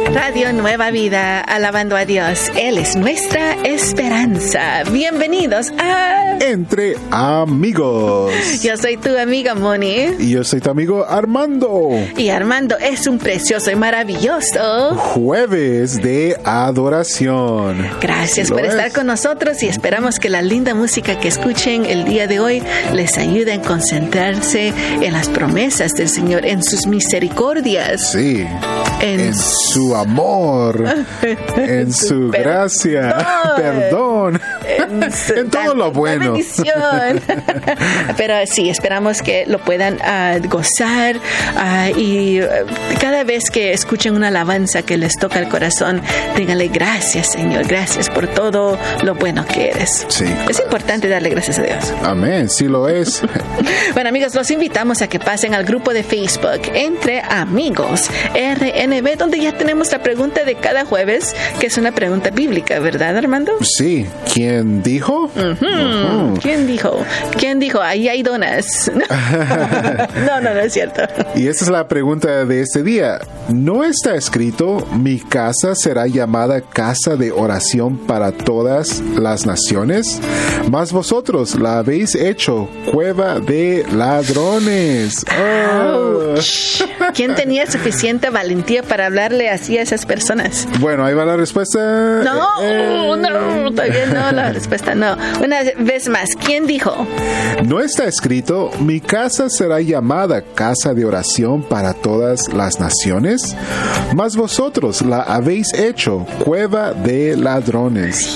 Radio Nueva Vida, alabando a Dios. Él es nuestra esperanza. Bienvenidos a Entre Amigos. Yo soy tu amiga Moni. Y yo soy tu amigo Armando. Y Armando, es un precioso y maravilloso jueves de adoración. Gracias por estar con nosotros y esperamos que la linda música que escuchen el día de hoy les ayude a concentrarse en las promesas del Señor, en sus misericordias. Sí. En su amor, en su gracia, perdón, en todo lo bueno. Bendición. Pero sí, esperamos que lo puedan gozar y cada vez que escuchen una alabanza que les toca el corazón, díganle gracias, Señor, gracias por todo lo bueno que eres. Sí. Es importante darle gracias a Dios. Amén, sí lo es. Bueno, amigos, los invitamos a que pasen al grupo de Facebook Entre Amigos RNB, donde ya tenemos la pregunta de cada jueves, que es una pregunta bíblica, ¿verdad, Armando? Sí. ¿Quién dijo? ¿Quién dijo? ¿Quién dijo? Ahí hay donas. No es cierto. Y esta es la pregunta de este día. ¿No está escrito, mi casa será llamada casa de oración para todas las naciones? Mas vosotros la habéis hecho cueva de ladrones. ¡Ouch! ¿Quién tenía suficiente valentía para hablarle así a esas personas? Bueno, ahí va la respuesta. No, todavía no, la respuesta no. Una vez más, ¿quién dijo? ¿No está escrito, mi casa será llamada casa de oración para todas las naciones? Mas vosotros la habéis hecho cueva de ladrones.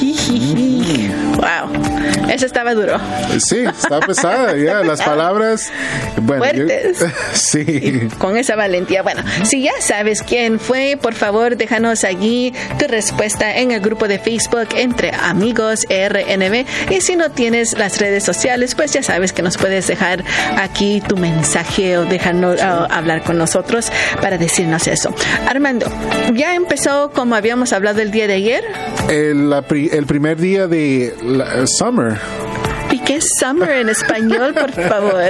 Wow, eso estaba duro. Sí, está pesada, ya, las palabras. Bueno, fuertes. Sí. Y con esa valentía. Bueno, si ya sabes quién fue, por favor, déjanos allí tu respuesta en el grupo de Facebook Entre Amigos RNB. Y si no tienes las redes sociales, pues ya sabes que nos puedes dejar aquí tu mensaje o dejarnos hablar con nosotros para decirnos eso. Armando, ¿ya empezó como habíamos hablado el día de ayer? El primer día de summer. ¿Y qué es summer en español, por favor?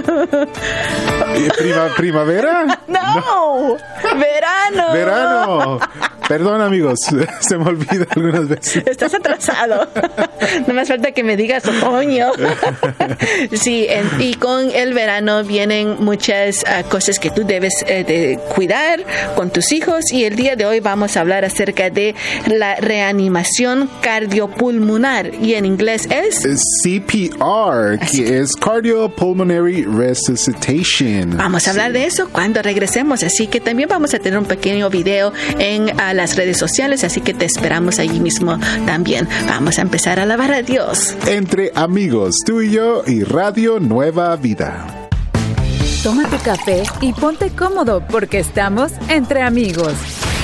¿Primavera? No, verano. Verano. Perdón, amigos, se me olvida algunas veces. Estás atrasado. No más falta que me digas otoño. Sí, y con el verano vienen muchas cosas que tú debes de cuidar con tus hijos. Y el día de hoy vamos a hablar acerca de la reanimación cardiopulmonar. Y en inglés es CPR, que es Cardiopulmonary Resuscitation. Vamos a hablar de eso cuando regresemos. Así que también vamos a tener un pequeño video en las redes sociales, así que te esperamos allí mismo también. Vamos a empezar a alabar a Dios. Entre Amigos, tú y yo y Radio Nueva Vida. Toma tu café y ponte cómodo porque estamos entre amigos.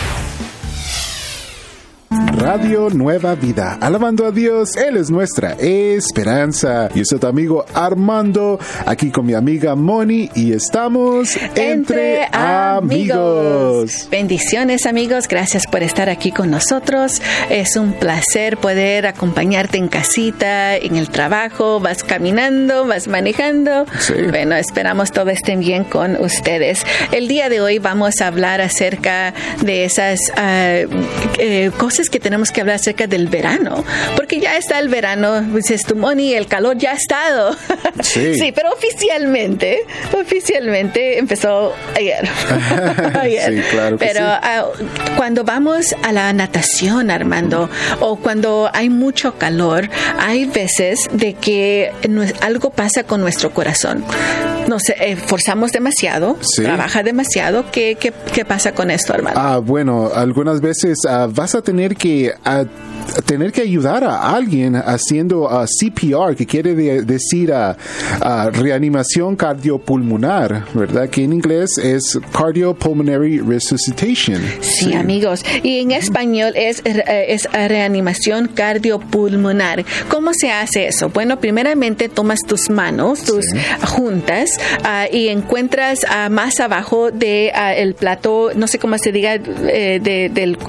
Radio Nueva Vida, alabando a Dios, Él es nuestra esperanza. Yo soy tu amigo Armando, aquí con mi amiga Moni, y estamos Entre Amigos. Bendiciones, amigos, gracias por estar aquí con nosotros. Es un placer poder acompañarte en casita, en el trabajo, vas caminando, vas manejando. Sí. Bueno, esperamos todo esté bien con ustedes. El día de hoy vamos a hablar acerca de esas cosas que tenemos que hablar acerca del verano, porque ya está el verano, dices tú, Moni, el calor ya ha estado. Sí. Sí, pero oficialmente empezó ayer. Sí, claro que pero sí. Cuando vamos a la natación, Armando, o cuando hay mucho calor, hay veces de que algo pasa con nuestro corazón. Nos forzamos demasiado, sí. Trabaja demasiado. ¿Qué pasa con esto, Armando? Bueno, algunas veces vas a tener que ayudar a alguien haciendo CPR, que quiere decir reanimación cardiopulmonar, ¿verdad? Que en inglés es Cardiopulmonary Resuscitation. Sí, amigos. Y en español es reanimación cardiopulmonar. ¿Cómo se hace eso? Bueno, primeramente tomas tus manos, juntas, y encuentras más abajo de el plato, no sé cómo se diga, del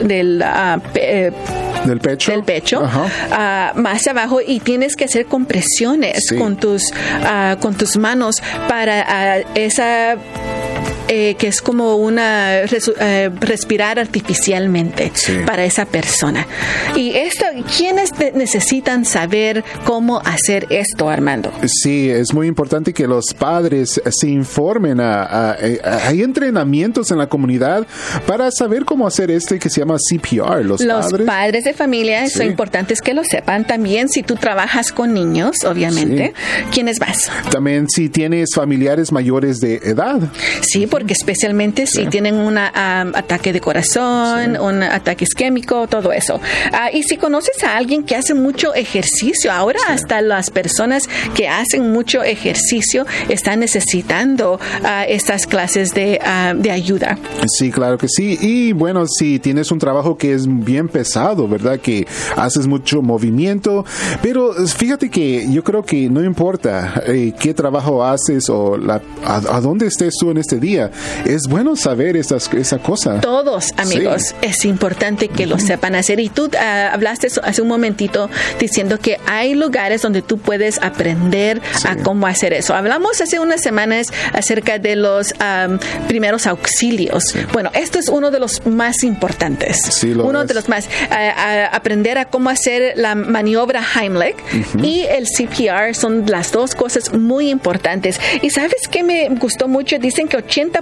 pecho. Del pecho, más abajo, y tienes que hacer compresiones con tus manos para esa que es como una respirar artificialmente para esa persona. Y esto, ¿quiénes necesitan saber cómo hacer esto, Armando? Sí, es muy importante que los padres se informen. Hay entrenamientos en la comunidad para saber cómo hacer que se llama CPR. Los padres de familia, son importantes que lo sepan. También si tú trabajas con niños, obviamente. ¿Quiénes más? También si tienes familiares mayores de edad. Sí, porque especialmente si tienen un ataque de corazón, un ataque isquémico, todo eso. Y si conoces a alguien que hace mucho ejercicio, ahora hasta las personas que hacen mucho ejercicio están necesitando estas clases de ayuda. Sí, claro que sí. Y bueno, si tienes un trabajo que es bien pesado, ¿verdad? Que haces mucho movimiento, pero fíjate que yo creo que no importa qué trabajo haces o a dónde estés tú en este día, es bueno saber esa cosa. Todos, amigos, es importante que lo sepan hacer. Y tú hablaste hace un momentito diciendo que hay lugares donde tú puedes aprender a cómo hacer eso. Hablamos hace unas semanas acerca de los primeros auxilios. Bueno, esto es uno de los más importantes. Uno de los más. Aprender a cómo hacer la maniobra Heimlich y el CPR son las dos cosas muy importantes. Y ¿sabes qué me gustó mucho? Dicen que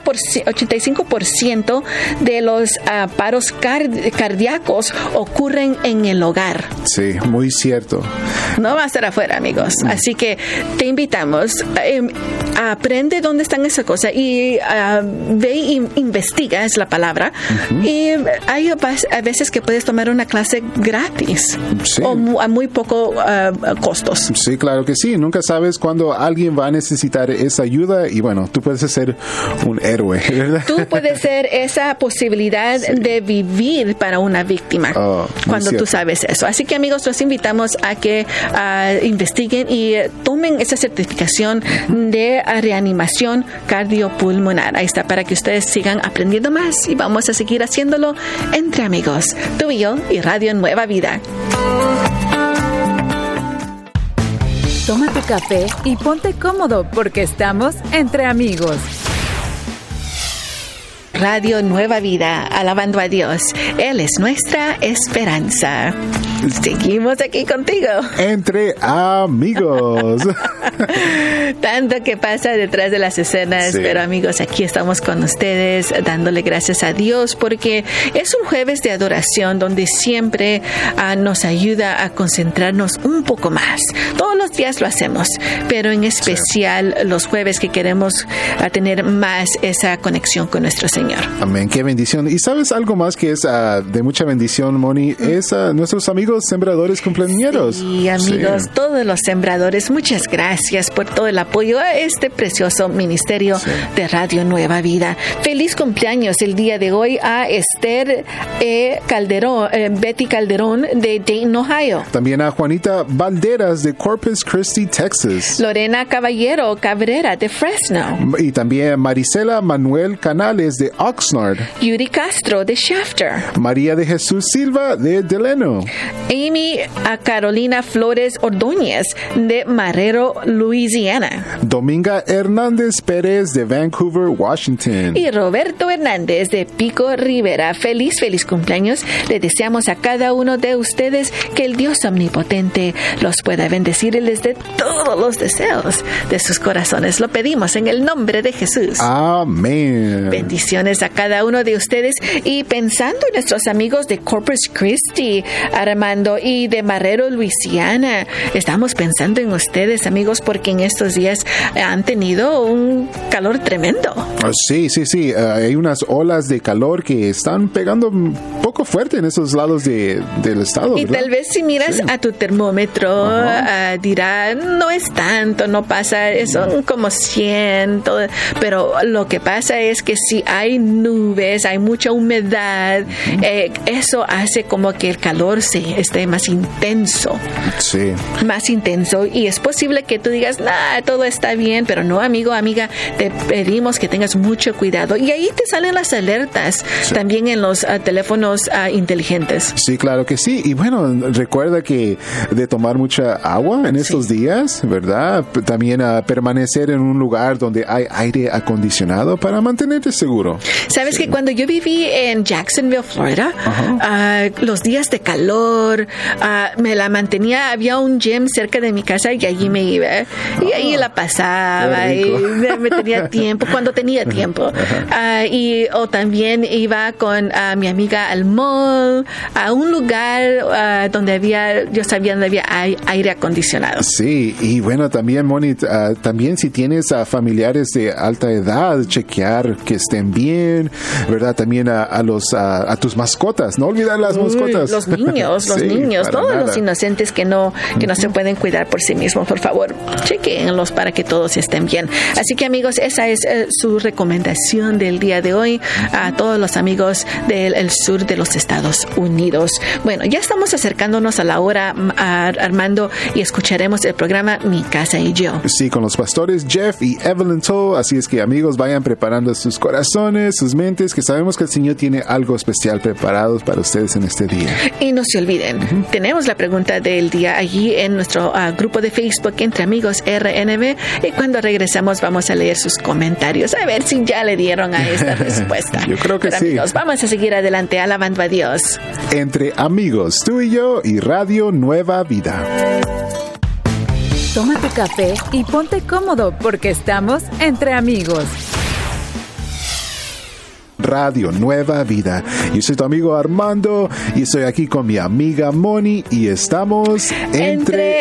85% de los paros cardíacos ocurren en el hogar. Sí, muy cierto. No va a estar afuera, amigos. Así que te invitamos. Aprende dónde están esas cosas y ve y investiga, es la palabra. Y hay a veces que puedes tomar una clase gratis o a muy poco costos. Sí, claro que sí. Nunca sabes cuándo alguien va a necesitar esa ayuda y bueno, tú puedes ser un héroe, ¿verdad? Tú puedes ser esa posibilidad de vivir para una víctima cuando tú sabes eso. Así que, amigos, los invitamos a que investiguen y tomen esa certificación de reanimación cardiopulmonar. Ahí está, para que ustedes sigan aprendiendo más y vamos a seguir haciéndolo entre amigos. Tú y yo y Radio Nueva Vida. Toma tu café y ponte cómodo porque estamos entre amigos. Radio Nueva Vida, alabando a Dios. Él es nuestra esperanza. Seguimos aquí contigo. Entre amigos. Tanto que pasa detrás de las escenas, pero amigos, aquí estamos con ustedes dándole gracias a Dios porque es un jueves de adoración donde siempre nos ayuda a concentrarnos un poco más. Todos los días lo hacemos, pero en especial los jueves que queremos tener más esa conexión con nuestro Señor. Amén, qué bendición. Y sabes algo más que es de mucha bendición, Moni, es nuestros amigos sembradores cumpleañeros. Sí, amigos, todos los sembradores, muchas gracias por todo el apoyo a este precioso ministerio de Radio Nueva Vida. Feliz cumpleaños el día de hoy a Esther Betty Calderón de Dayton, Ohio. También a Juanita Valderas de Corpus Christi, Texas. Lorena Caballero Cabrera de Fresno. Y también Marisela Manuel Canales de Oxnard. Yuri Castro de Shafter. María de Jesús Silva de Delano. Amy Carolina Flores Ordóñez de Marrero, Luisiana. Dominga Hernández Pérez de Vancouver, Washington. Y Roberto Hernández de Pico Rivera. Feliz cumpleaños. Le deseamos a cada uno de ustedes que el Dios omnipotente los pueda bendecir y les dé todos los deseos de sus corazones. Lo pedimos en el nombre de Jesús. Amén. Bendiciones a cada uno de ustedes y pensando en nuestros amigos de Corpus Christi, Armando, y de Marrero, Luisiana. Estamos pensando en ustedes, amigos, porque en estos días han tenido un calor tremendo. Sí. Hay unas olas de calor que están pegando un poco fuerte en esos lados del estado, y ¿verdad? Tal vez si miras a tu termómetro, dirá, no es tanto, no pasa, son como 100, pero lo que pasa es que si hay nubes, hay mucha humedad, eso hace como que el calor esté más intenso. Sí. Más intenso, y es posible que que tú digas, todo está bien, pero no, amigo, amiga, te pedimos que tengas mucho cuidado. Y ahí te salen las alertas también en los teléfonos inteligentes. Sí, claro que sí. Y bueno, recuerda que de tomar mucha agua en estos días, ¿verdad? También permanecer en un lugar donde hay aire acondicionado para mantenerte seguro. ¿Sabes que cuando yo viví en Jacksonville, Florida, los días de calor, me la mantenía, había un gym cerca de mi casa y allí me iba. Y ahí la pasaba y me tenía tiempo, cuando tenía tiempo. O también iba con mi amiga al mall, a un lugar donde yo sabía donde había aire acondicionado. Sí, y bueno, también, Moni, también si tienes familiares de alta edad, chequear que estén bien, ¿verdad? También a tus mascotas, no olvidar las mascotas. Los niños, todos nada. Los inocentes que no se pueden cuidar por sí mismos, por favor, chequéenlos para que todos estén bien. Así que, amigos, esa es su recomendación del día de hoy a todos los amigos del sur de los Estados Unidos. Bueno, ya estamos acercándonos a la hora, Armando, y escucharemos el programa Mi Casa y Yo. Sí, con los pastores Jeff y Evelyn Toe. Así es que, amigos, vayan preparando sus corazones, sus mentes, que sabemos que el Señor tiene algo especial preparado para ustedes en este día. Y no se olviden, tenemos la pregunta del día allí en nuestro grupo de Facebook Entre Amigos RNB, y cuando regresamos vamos a leer sus comentarios a ver si ya le dieron a esta respuesta. Yo creo que sí. Amigos, vamos a seguir adelante alabando a Dios. Entre Amigos, tú y yo y Radio Nueva Vida. Toma tu café y ponte cómodo porque estamos entre amigos. Radio Nueva Vida. Yo soy tu amigo Armando y estoy aquí con mi amiga Moni y estamos entre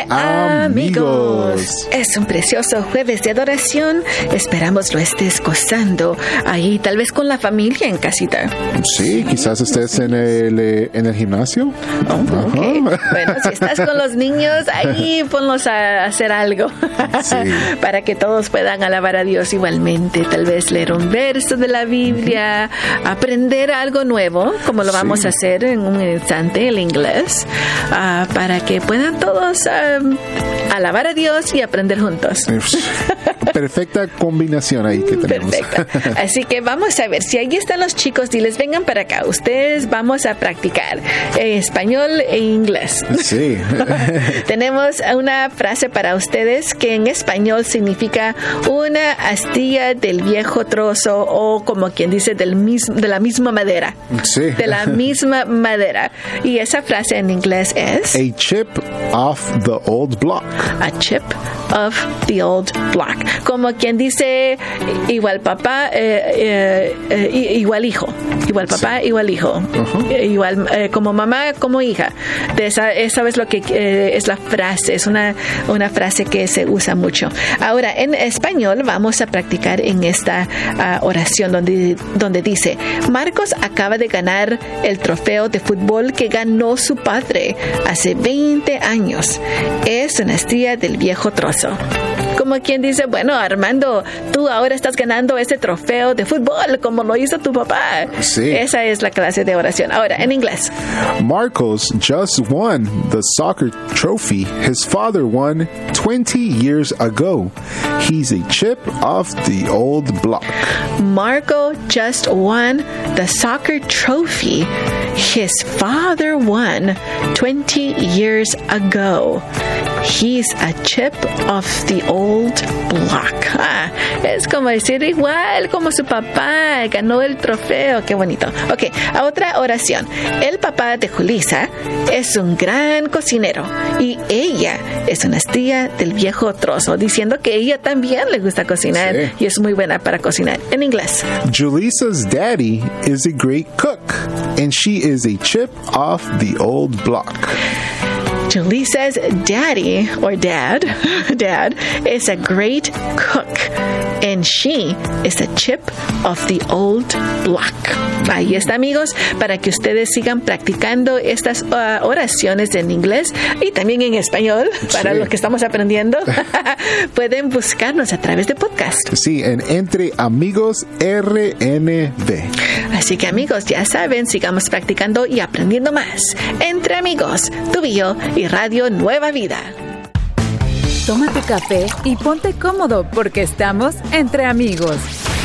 amigos. Es un precioso jueves de adoración. Esperamos lo estés gozando ahí, tal vez con la familia en casita. Sí, quizás estés en el gimnasio. Okay. Bueno, si estás con los niños, ahí ponlos a hacer algo para que todos puedan alabar a Dios igualmente. Tal vez leer un verso de la Biblia, aprender algo nuevo, como lo vamos a hacer en un instante, el inglés, para que puedan todos alabar a Dios y aprender juntos. Perfecta combinación ahí que tenemos. Perfecto. Así que vamos a ver, si ahí están los chicos, diles, vengan para acá. Ustedes vamos a practicar español e inglés. Sí. Tenemos una frase para ustedes que en español significa una astilla del viejo trozo, o como quien dice, de la misma madera. Sí. De la misma madera. Y esa frase en inglés es a chip off the old block. A chip of the old block. Como quien dice, igual papá, igual hijo. Igual papá, igual hijo. Igual como mamá, como hija. Esa es lo que es la frase. Es una frase que se usa mucho. Ahora, en español vamos a practicar en esta oración donde dice: Marcos acaba de ganar el trofeo de fútbol que ganó su padre hace 20 años. Es una astilla del viejo trozo. Como quien dice, bueno, Armando, tú ahora estás ganando ese trofeo de fútbol como lo hizo tu papá. Sí. Esa es la clase de oración. Ahora, en inglés. Marcos just won the soccer trophy his father won 20 years ago. He's a chip off the old block. Marco just won the soccer trophy his father won 20 years ago. He's a chip of the old block. Es como decir, igual como su papá ganó el trofeo. Qué bonito. Ok, a otra oración. El papá de Julissa es un gran cocinero y ella es una astilla del viejo trozo, diciendo que ella también le gusta cocinar y es muy buena para cocinar. En inglés. Julissa's daddy is a great cook and she is a chip off the old block. Julissa's daddy, or dad, is a great cook, and she is a chip of the old block. Ahí está, amigos, para que ustedes sigan practicando estas oraciones en inglés y también en español, para los que estamos aprendiendo. Pueden buscarnos a través de podcast. Sí, en Entre Amigos RNB. Así que, amigos, ya saben, sigamos practicando y aprendiendo más. Entre Amigos, tú y yo y Radio Nueva Vida. Toma tu café y ponte cómodo porque estamos entre amigos.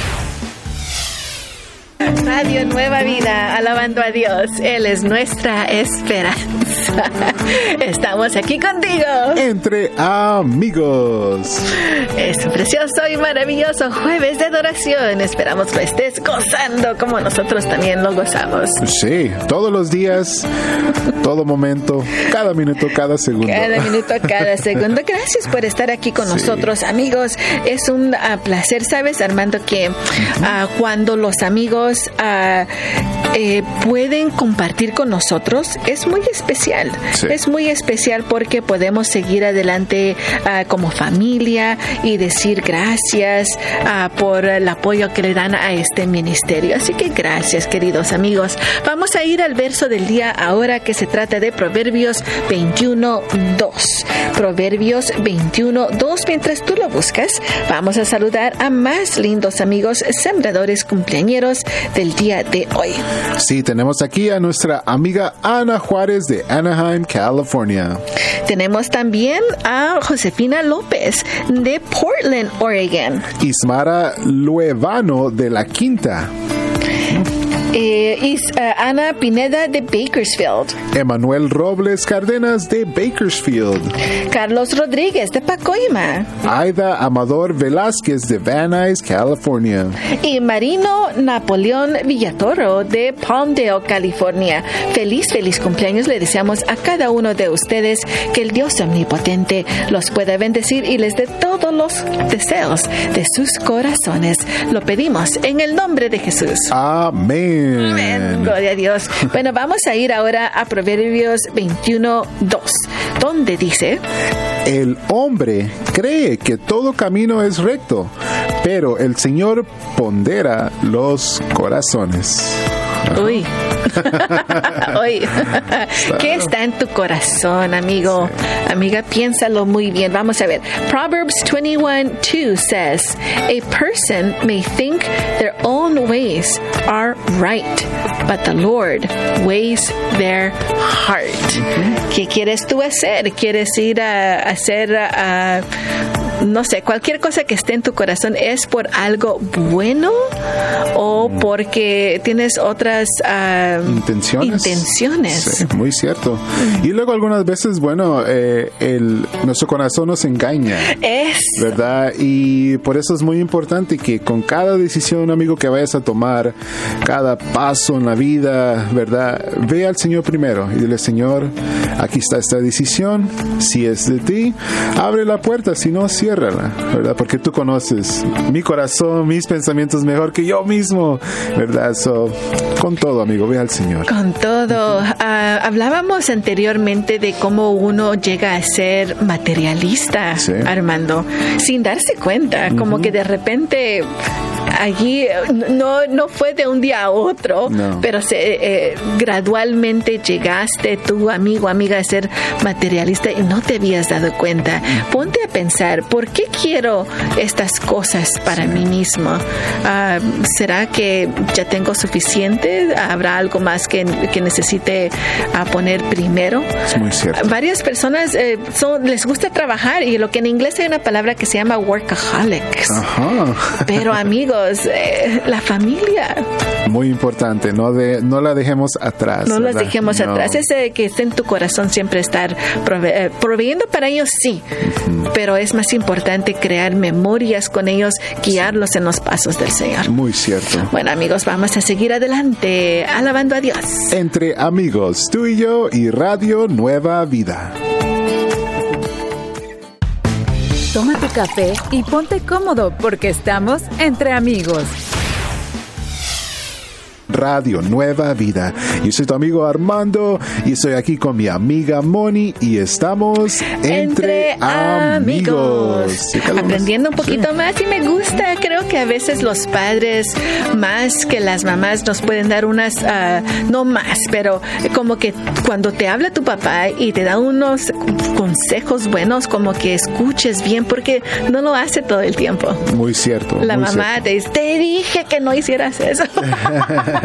Radio Nueva Vida, alabando a Dios. Él es nuestra esperanza. Estamos aquí contigo. Entre amigos. Es un precioso y maravilloso jueves de adoración. Esperamos lo estés gozando como nosotros también lo gozamos. Sí, todos los días, todo momento, cada minuto, cada segundo. Cada minuto, cada segundo. Gracias por estar aquí con nosotros, amigos. Es un placer, ¿sabes, Armando? Que cuando los amigos pueden compartir con nosotros, es muy especial. Sí. Es muy especial porque podemos seguir adelante como familia y decir gracias por el apoyo que le dan a este ministerio. Así que gracias, queridos amigos. Vamos a ir al verso del día ahora, que se trata de Proverbios 21:2. Proverbios 21:2. Mientras tú lo buscas, vamos a saludar a más lindos amigos sembradores cumpleañeros del día de hoy. Sí, tenemos aquí a nuestra amiga Ana Juárez de Anaheim, California. Tenemos también a Josefina López de Portland, Oregon. Ismara Luevano de La Quinta. Ana Pineda de Bakersfield. Emanuel Robles Cárdenas de Bakersfield. Carlos Rodríguez de Pacoima. Aida Amador Velázquez de Van Nuys, California. Y Marino Napoleón Villatoro de Palmdale, California. Feliz cumpleaños le deseamos a cada uno de ustedes. Que el Dios omnipotente los pueda bendecir y les dé todos los deseos de sus corazones. Lo pedimos en el nombre de Jesús. Amén. Amén. Gloria a Dios. Bueno, vamos a ir ahora a Proverbios 21:2, donde dice: El hombre cree que todo camino es recto, pero el Señor pondera los corazones. Uy. Uy. ¿Qué está en tu corazón, amigo? Sí. Amiga, piénsalo muy bien. Vamos a ver. Proverbs 21:2 says, a person may think their own ways are right, but the Lord weighs their heart. ¿Qué quieres tú hacer? ¿Quieres ir a hacer no sé, cualquier cosa que esté en tu corazón? ¿Es por algo bueno o porque tienes otras intenciones? Sí, muy cierto. Y luego algunas veces, bueno, nuestro corazón nos engaña. ¿Verdad? Y por eso es muy importante que con cada decisión, amigo, que vayas a tomar, cada paso en la vida, ¿verdad? Ve al Señor primero y dile: Señor, aquí está esta decisión. Si es de ti, abre la puerta. Si no, ciérrala, ¿verdad? Porque tú conoces mi corazón, mis pensamientos mejor que yo mismo, ¿verdad? Con todo, amigo, ve al Señor. Con todo. Hablábamos anteriormente de cómo uno llega a ser materialista, sí, Armando, sin darse cuenta, como que de repente allí no fue de un día a otro, pero gradualmente llegaste tú, amigo, amiga, a ser materialista y no te habías dado cuenta. Ponte a pensar, ¿por qué quiero estas cosas para mí mismo? ¿Será que ya tengo suficiente? ¿Habrá algo más que necesite poner primero? Es muy cierto. Varias personas les gusta trabajar y lo que en inglés hay una palabra que se llama workaholics. Ajá. Pero amigos, la familia. Muy importante, no la dejemos atrás. No las dejemos atrás. Ese que esté en tu corazón siempre estar proveyendo para ellos, sí. Pero es más importante crear memorias con ellos, guiarlos en los pasos del Señor. Muy cierto. Bueno, amigos, vamos a seguir adelante, alabando a Dios. Entre amigos, tú y yo y Radio Nueva Vida. Toma tu café y ponte cómodo porque estamos entre amigos. Radio Nueva Vida. Yo soy tu amigo Armando y estoy aquí con mi amiga Moni y estamos entre amigos. Aprendiendo un poquito más y me gusta. Creo que a veces los padres, más que las mamás, nos pueden dar unas, no más, pero como que cuando te habla tu papá y te da unos consejos buenos, como que escuches bien porque no lo hace todo el tiempo. Muy cierto. La muy mamá cierto. te dice, te dije que no hicieras eso.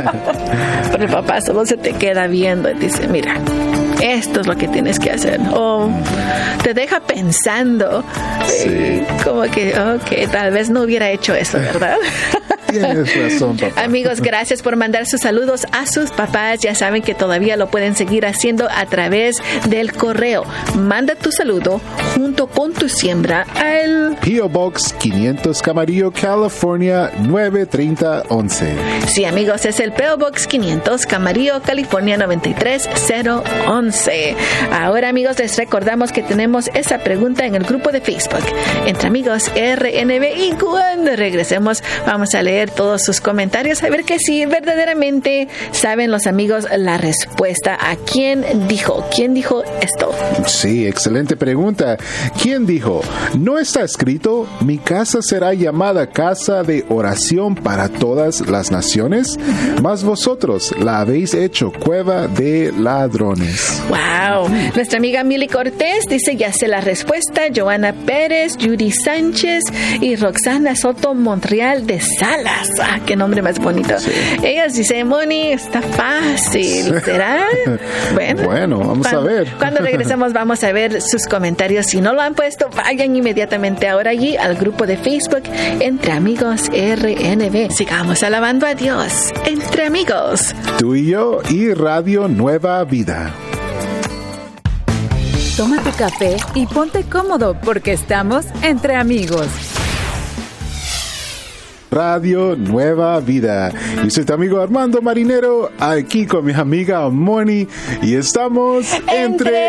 Pero el papá solo se te queda viendo y dice, mira, esto es lo que tienes que hacer. O te deja pensando, como que, ok, tal vez no hubiera hecho eso, ¿verdad? Tienes razón, papá. Amigos, gracias por mandar sus saludos a sus papás. Ya saben que todavía lo pueden seguir haciendo a través del correo. Manda tu saludo junto con tu siembra al P.O. Box 500 Camarillo, California 93011. Sí, amigos, es el P.O. Box 500 Camarillo, California 93011. Ahora, amigos, les recordamos que tenemos esa pregunta en el grupo de Facebook Entre Amigos RNB, y cuando regresemos vamos a leer todos sus comentarios, a ver que si verdaderamente saben los amigos la respuesta a quién dijo esto. Sí, excelente pregunta. ¿Quién dijo? ¿No está escrito, mi casa será llamada casa de oración para todas las naciones? Mas vosotros la habéis hecho cueva de ladrones. Wow. Nuestra amiga Mili Cortés dice, ya sé la respuesta. Joana Pérez, Yuri Sánchez y Roxana Soto Montreal de Salas. Ah, qué nombre más bonito. Sí. Ellas dicen, Moni, está fácil. ¿Será? Bueno, vamos a ver. Cuando regresemos vamos a ver sus comentarios. Si no lo han puesto, vayan inmediatamente ahora allí al grupo de Facebook Entre Amigos RNB. Sigamos alabando a Dios. Entre Amigos. Tú y yo y Radio Nueva Vida. Toma tu café y ponte cómodo porque estamos entre amigos. Radio Nueva Vida. Yo soy tu amigo Armando Marinero, aquí con mi amiga Moni, y estamos entre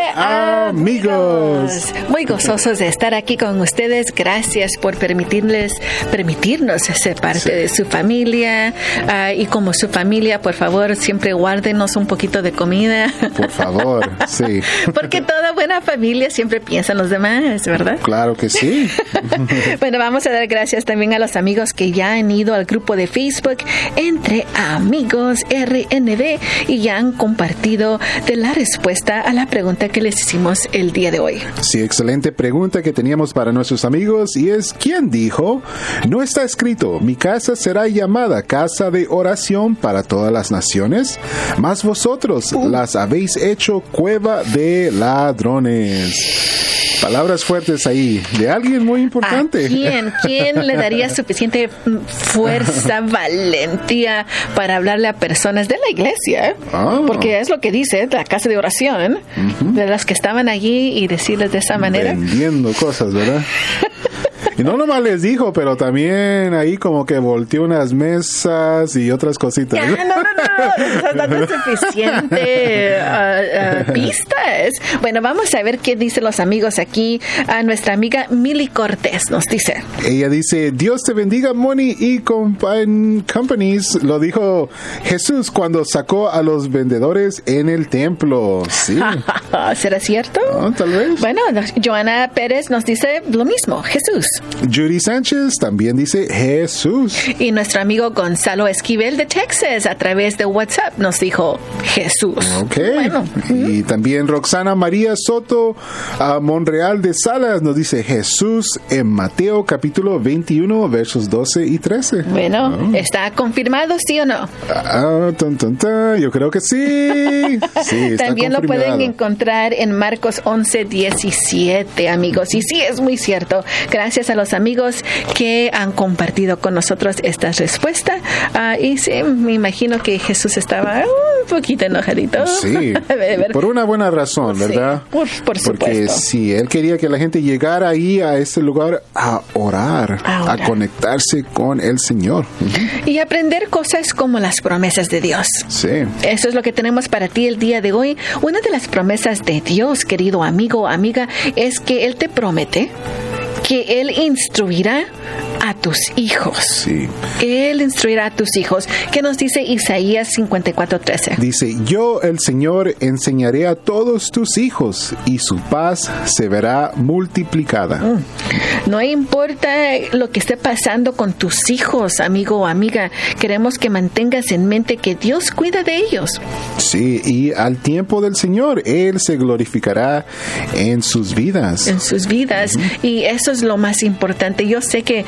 amigos. Muy gozosos de estar aquí con ustedes. Gracias por permitirnos ser parte de su familia. Y como su familia, por favor, siempre guárdenos un poquito de comida. Por favor, sí. Porque toda buena familia siempre piensa en los demás, ¿verdad? Claro que sí. Bueno, vamos a dar gracias también a los amigos que ya han ido al grupo de Facebook Entre Amigos RNB y ya han compartido de la respuesta a la pregunta que les hicimos el día de hoy. Sí, excelente pregunta que teníamos para nuestros amigos, y es, ¿quién dijo? No está escrito, mi casa será llamada casa de oración para todas las naciones, mas vosotros las habéis hecho cueva de ladrones. Palabras fuertes ahí, de alguien muy importante. ¿A quién? ¿Quién le daría suficiente fuerza, valentía para hablarle a personas de la iglesia? Porque es lo que dice la casa de oración, de las que estaban allí, y decirles de esa manera. Vendiendo cosas, ¿verdad? Y no nomás les dijo, pero también ahí como que volteó unas mesas y otras cositas. No. Estás dando suficiente pistas. Bueno, vamos a ver qué dicen los amigos aquí. A nuestra amiga Mili Cortés nos dice. Ella dice, Dios te bendiga, Moni y Companies. Lo dijo Jesús cuando sacó a los vendedores en el templo. Sí. ¿Será cierto? Tal vez. Bueno, Joana Pérez nos dice lo mismo, Jesús. Judy Sánchez también dice Jesús. Y nuestro amigo Gonzalo Esquivel de Texas, a través de WhatsApp, nos dijo Jesús. Ok. Bueno. Y también Roxana María Soto a Monreal de Salas nos dice Jesús en Mateo capítulo 21 versos 12 y 13. Bueno, ¿está confirmado, sí o no? Yo creo que sí. Sí, está también lo pueden encontrar en Marcos 11:17, amigos. Y sí, es muy cierto. Gracias a los amigos que han compartido con nosotros esta respuesta. Y sí, me imagino que Jesús estaba un poquito enojadito. Sí, por una buena razón, ¿verdad? Sí, por supuesto. Porque sí, él quería que la gente llegara ahí a ese lugar a orar, a conectarse con el Señor. Y aprender cosas como las promesas de Dios. Sí. Eso es lo que tenemos para ti el día de hoy. Una de las promesas de Dios, querido amigo o amiga, es que Él te promete que Él instruirá a tus hijos. Sí. Él instruirá a tus hijos. ¿Qué nos dice Isaías 54:13? Dice, yo el Señor enseñaré a todos tus hijos y su paz se verá multiplicada. No importa lo que esté pasando con tus hijos, amigo o amiga, queremos que mantengas en mente que Dios cuida de ellos. Sí, y al tiempo del Señor, Él se glorificará en sus vidas. En sus vidas. Y eso es lo más importante. Yo sé que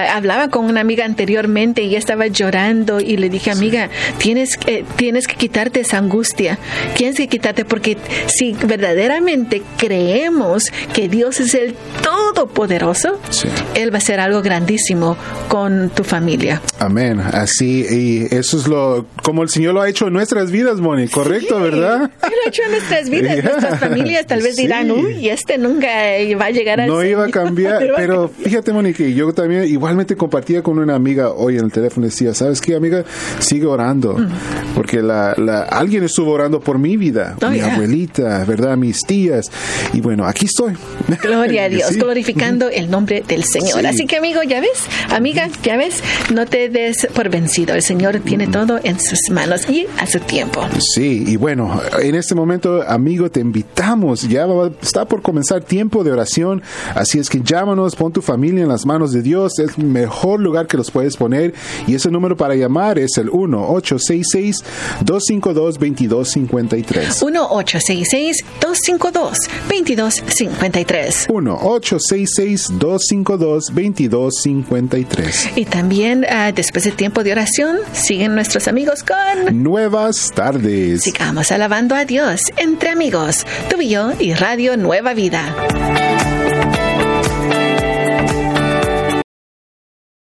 hablaba con una amiga anteriormente y ella estaba llorando y le dije, amiga, tienes que quitarte esa angustia, tienes que quitarte, porque si verdaderamente creemos que Dios es el Todopoderoso, Él va a hacer algo grandísimo con tu familia. Amén. Así, y eso es como el Señor lo ha hecho en nuestras vidas, Moni, correcto, ¿verdad? Él lo ha hecho en nuestras vidas. Nuestras familias tal vez dirán, uy, nunca va a llegar a no iba a cambiar, pero fíjate, Moni, que yo también igualmente compartía con una amiga hoy en el teléfono, decía, ¿sabes qué, amiga? Sigue orando, porque alguien estuvo orando por mi vida, mi abuelita, ¿verdad? Mis tías, y bueno, aquí estoy. Gloria a Dios, glorificando el nombre del Señor. Así que, amigo, ya ves, amiga, ya ves, no te des por vencido. El Señor tiene todo en sus manos y a su tiempo. Sí, y bueno, en este momento, amigo, te invitamos, ya está por comenzar tiempo de oración, así es que llámanos, pon tu familia en las manos de Dios, es el mejor lugar que los puedes poner, y ese número para llamar es el 1-866-252-2253. 1-866-252-2253. 1-866-252-2253. Y también, después del tiempo de oración, siguen nuestros amigos con Nuevas Tardes. Sigamos alabando a Dios entre amigos, tú y yo y Radio Nueva Vida.